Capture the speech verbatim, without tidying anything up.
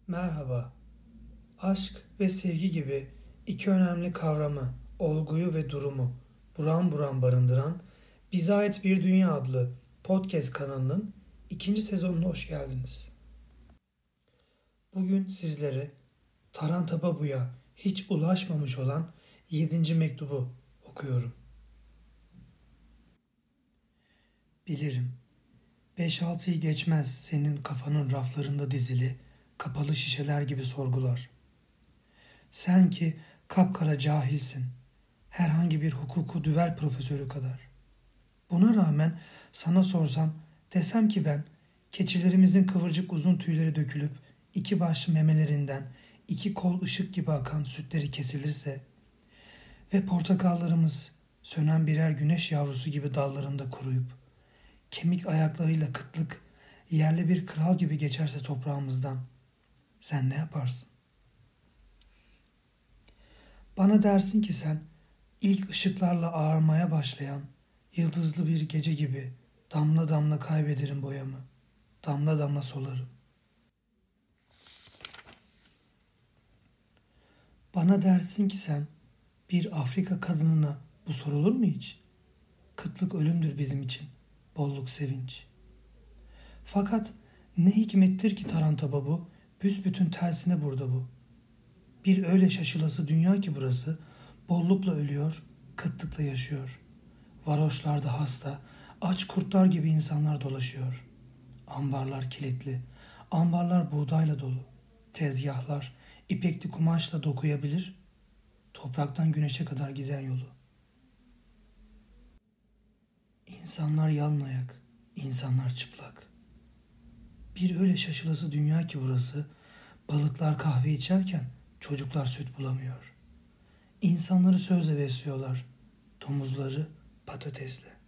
Merhaba. Aşk ve sevgi gibi iki önemli kavramı, olguyu ve durumu buram buram barındıran Bize Ait Bir Dünya adlı podcast kanalının ikinci sezonuna hoş geldiniz. Bugün sizlere Taranta Babu'ya hiç ulaşmamış olan yedinci mektubu okuyorum. Bilirim, beş altıyı geçmez senin kafanın raflarında dizili kapalı şişeler gibi sorgular. Sen ki kapkara cahilsin, herhangi bir hukuku düvel profesörü kadar. Buna rağmen sana sorsam, desem ki ben, keçilerimizin kıvırcık uzun tüyleri dökülüp iki başlı memelerinden iki kol ışık gibi akan sütleri kesilirse ve portakallarımız sönen birer güneş yavrusu gibi dallarında kuruyup kemik ayaklarıyla kıtlık yerli bir kral gibi geçerse toprağımızdan, sen ne yaparsın? Bana dersin ki sen ilk ışıklarla ağarmaya başlayan yıldızlı bir gece gibi damla damla kaybederim boyamı, damla damla solarım. Bana dersin ki sen bir Afrika kadınına bu sorulur mu hiç? Kıtlık ölümdür bizim için, bolluk sevinç. Fakat ne hikmettir ki Taranta Babu, büsbütün tersine burada bu. Bir öyle şaşılası dünya ki burası, bollukla ölüyor, kıtlıkla yaşıyor. Varoşlarda hasta, aç kurtlar gibi insanlar dolaşıyor. Ambarlar kilitli, ambarlar buğdayla dolu. Tezgahlar ipekli kumaşla dokuyabilir, topraktan güneşe kadar giden yolu. İnsanlar yalın ayak, insanlar çıplak. Bir öyle şaşılası dünya ki burası, balıklar kahve içerken çocuklar süt bulamıyor. İnsanları sözle besliyorlar, domuzları patatesle.